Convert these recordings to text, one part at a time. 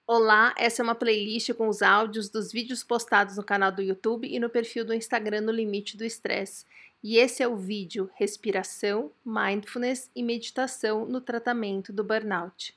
Olá, essa é uma playlist com os áudios dos vídeos postados no canal do YouTube e no perfil do Instagram No Limite do Estresse. E esse é o vídeo Respiração, Mindfulness e Meditação no Tratamento do Burnout.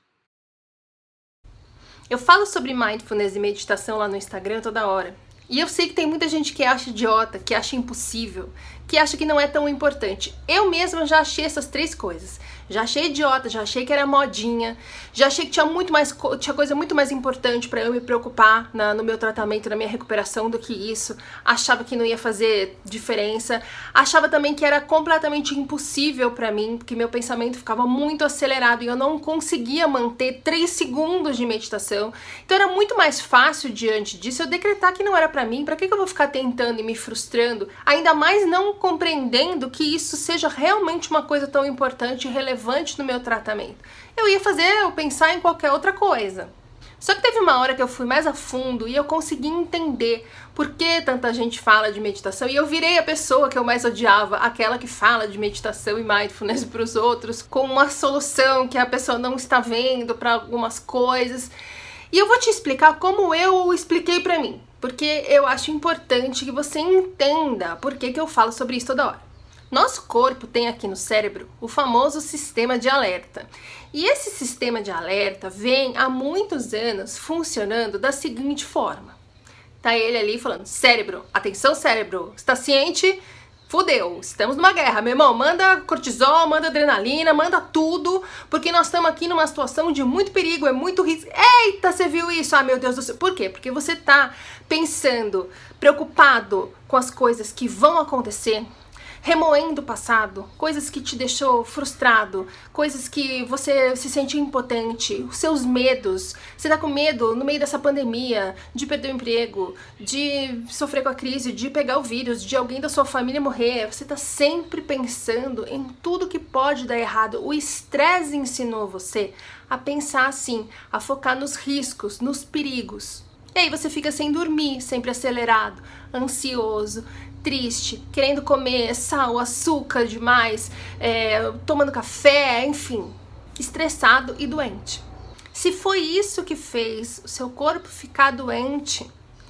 Eu falo sobre Mindfulness e meditação lá no Instagram toda hora. E eu sei que tem muita gente que acha idiota, que acha impossível, que acha que não é tão importante. Eu mesma já achei essas três coisas. Já achei idiota, já achei que era modinha, já achei que tinha coisa muito mais importante pra eu me preocupar no meu tratamento, na minha recuperação do que isso. Achava que não ia fazer diferença. Achava também que era completamente impossível pra mim, porque meu pensamento ficava muito acelerado e eu não conseguia manter 3 segundos de meditação. Então era muito mais fácil, diante disso, eu decretar que não era pra mim. Pra que eu vou ficar tentando e me frustrando? Ainda mais não compreendendo que isso seja realmente uma coisa tão importante e relevante no meu tratamento. Eu ia pensar em qualquer outra coisa. Só que teve uma hora que eu fui mais a fundo e eu consegui entender por que tanta gente fala de meditação e eu virei a pessoa que eu mais odiava, aquela que fala de meditação e mindfulness para os outros com uma solução que a pessoa não está vendo para algumas coisas. E eu vou te explicar como eu expliquei para mim, porque eu acho importante que você entenda por que eu falo sobre isso toda hora. Nosso corpo tem aqui no cérebro o famoso sistema de alerta. E esse sistema de alerta vem há muitos anos funcionando da seguinte forma. Tá ele ali falando, cérebro, atenção cérebro, está ciente? Fudeu, estamos numa guerra, meu irmão, manda cortisol, manda adrenalina, manda tudo, porque nós estamos aqui numa situação de muito perigo, é muito risco. Eita, você viu isso? Ah, meu Deus do céu. Por quê? Porque você tá pensando, preocupado com as coisas que vão acontecer, remoendo o passado, coisas que te deixou frustrado, coisas que você se sente impotente, os seus medos. Você tá com medo no meio dessa pandemia de perder o emprego, de sofrer com a crise, de pegar o vírus, de alguém da sua família morrer. Você tá sempre pensando em tudo que pode dar errado. O estresse ensinou você a pensar assim, a focar nos riscos, nos perigos. E aí você fica sem dormir, sempre acelerado, ansioso, triste, querendo comer sal, açúcar demais, tomando café, enfim, estressado e doente. Se foi isso que fez o seu corpo ficar doente,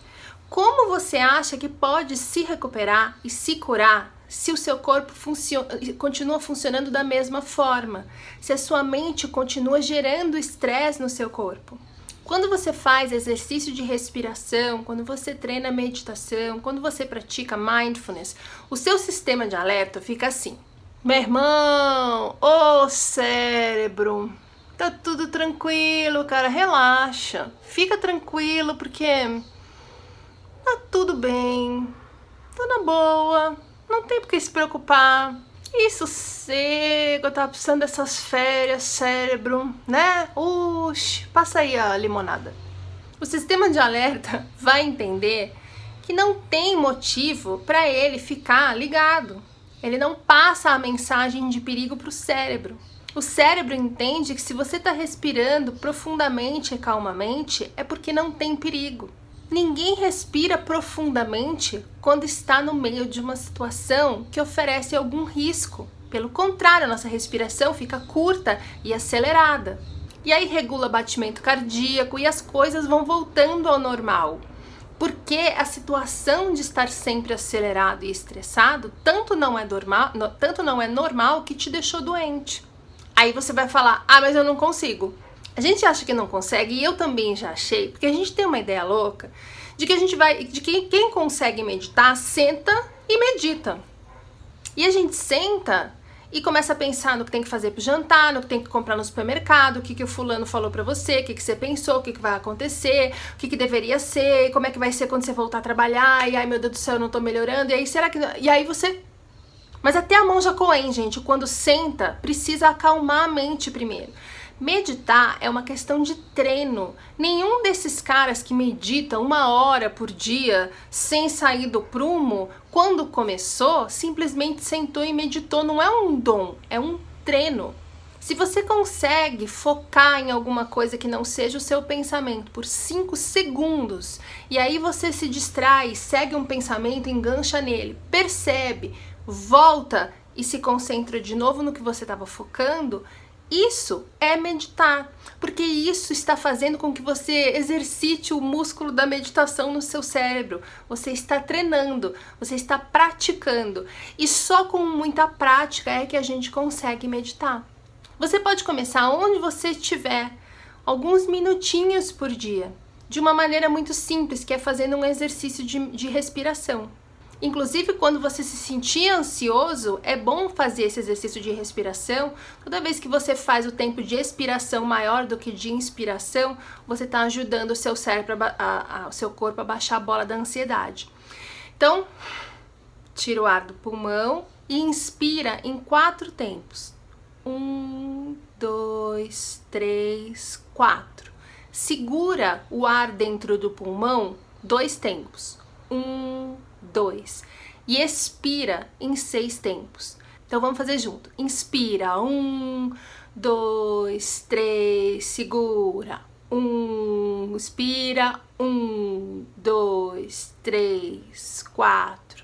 como você acha que pode se recuperar e se curar se o seu corpo continua funcionando da mesma forma? Se a sua mente continua gerando estresse no seu corpo? Quando você faz exercício de respiração, quando você treina meditação, quando você pratica mindfulness, o seu sistema de alerta fica assim. Meu irmão, ô cérebro, tá tudo tranquilo, cara, relaxa. Fica tranquilo porque tá tudo bem, tô na boa, não tem por que se preocupar. E sossego, eu tava precisando dessas férias, cérebro, né? Uxi, passa aí a limonada. O sistema de alerta vai entender que não tem motivo para ele ficar ligado. Ele não passa a mensagem de perigo para o cérebro. O cérebro entende que se você está respirando profundamente e calmamente, é porque não tem perigo. Ninguém respira profundamente quando está no meio de uma situação que oferece algum risco. Pelo contrário, a nossa respiração fica curta e acelerada. E aí regula batimento cardíaco e as coisas vão voltando ao normal. Porque a situação de estar sempre acelerado e estressado tanto não é normal que te deixou doente. Aí você vai falar, mas eu não consigo. A gente acha que não consegue, e eu também já achei, porque a gente tem uma ideia louca de que quem consegue meditar, senta e medita. E a gente senta e começa a pensar no que tem que fazer pro jantar, no que tem que comprar no supermercado, o que o fulano falou pra você, o que você pensou, o que vai acontecer, o que deveria ser, como é que vai ser quando você voltar a trabalhar, e ai meu Deus do céu, eu não tô melhorando, e aí será que... E aí você... Mas até a monja Coen, gente, quando senta, precisa acalmar a mente primeiro. Meditar é uma questão de treino. Nenhum desses caras que meditam 1 hora por dia sem sair do prumo, quando começou, simplesmente sentou e meditou. Não é um dom, é um treino. Se você consegue focar em alguma coisa que não seja o seu pensamento por 5 segundos, e aí você se distrai, segue um pensamento, engancha nele, percebe, volta e se concentra de novo no que você estava focando, Isso é meditar, porque isso está fazendo com que você exercite o músculo da meditação no seu cérebro. Você está treinando, você está praticando. E só com muita prática é que a gente consegue meditar. Você pode começar onde você estiver, alguns minutinhos por dia, de uma maneira muito simples, que é fazendo um exercício de respiração. Inclusive, quando você se sentir ansioso, é bom fazer esse exercício de respiração. Toda vez que você faz o tempo de expiração maior do que de inspiração, você está ajudando o seu cérebro, o seu corpo a baixar a bola da ansiedade. Então, tira o ar do pulmão e inspira em 4 tempos. 1, 2, 3, 4. Segura o ar dentro do pulmão 2 tempos. 1, 2. E expira em 6 tempos. Então vamos fazer junto. Inspira. 1, 2, 3. Segura. 1. Expira. 1, 2, 3, 4,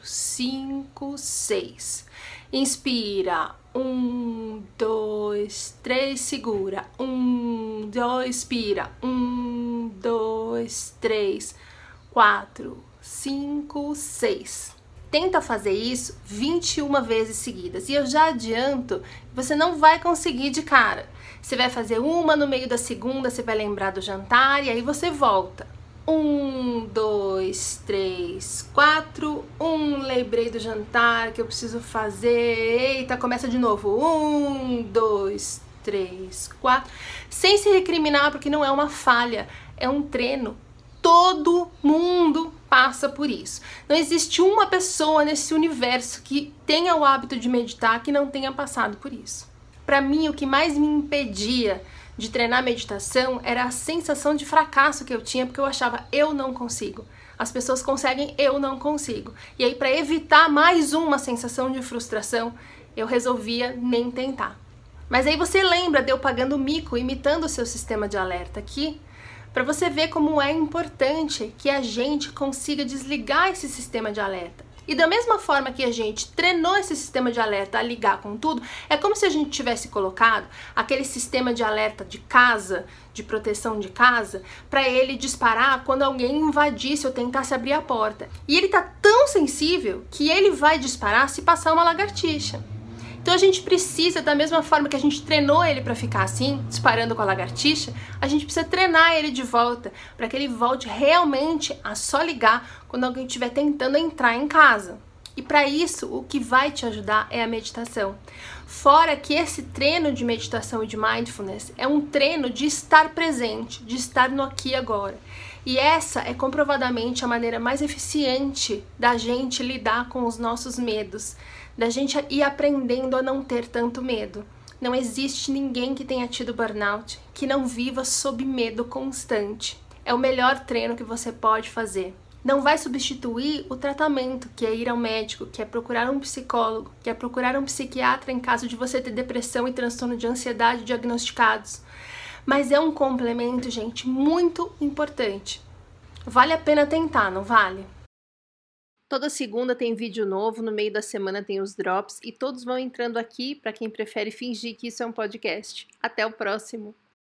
5, 6. Inspira. 1, 2, 3. Segura. 1, 2. Expira. 1, 2, 3, 4, 5, 6. Tenta fazer isso 21 vezes seguidas. E eu já adianto que você não vai conseguir de cara. Você vai fazer uma no meio da segunda, você vai lembrar do jantar e aí você volta. 1, 2, 3, 4. Lembrei do jantar que eu preciso fazer. Eita, começa de novo. 1, 2, 3, 4. Sem se recriminar, porque não é uma falha, é um treino. Todo mundo passa por isso. Não existe uma pessoa nesse universo que tenha o hábito de meditar que não tenha passado por isso. Para mim, o que mais me impedia de treinar meditação era a sensação de fracasso que eu tinha, porque eu achava, eu não consigo. As pessoas conseguem, eu não consigo. E aí, para evitar mais uma sensação de frustração, eu resolvia nem tentar. Mas aí você lembra de eu pagando mico, imitando o seu sistema de alerta aqui, para você ver como é importante que a gente consiga desligar esse sistema de alerta. E da mesma forma que a gente treinou esse sistema de alerta a ligar com tudo, é como se a gente tivesse colocado aquele sistema de alerta de casa, de proteção de casa, para ele disparar quando alguém invadisse ou tentasse abrir a porta. E ele tá tão sensível que ele vai disparar se passar uma lagartixa. Então a gente precisa, da mesma forma que a gente treinou ele para ficar assim, disparando com a lagartixa, a gente precisa treinar ele de volta, para que ele volte realmente a só ligar quando alguém estiver tentando entrar em casa. E para isso, o que vai te ajudar é a meditação. Fora que esse treino de meditação e de mindfulness é um treino de estar presente, de estar no aqui e agora. E essa é comprovadamente a maneira mais eficiente da gente lidar com os nossos medos, da gente ir aprendendo a não ter tanto medo. Não existe ninguém que tenha tido burnout que não viva sob medo constante. É o melhor treino que você pode fazer. Não vai substituir o tratamento, que é ir ao médico, que é procurar um psicólogo, que é procurar um psiquiatra em caso de você ter depressão e transtorno de ansiedade diagnosticados. Mas é um complemento, gente, muito importante. Vale a pena tentar, não vale? Toda segunda tem vídeo novo, no meio da semana tem os drops e todos vão entrando aqui para quem prefere fingir que isso é um podcast. Até o próximo!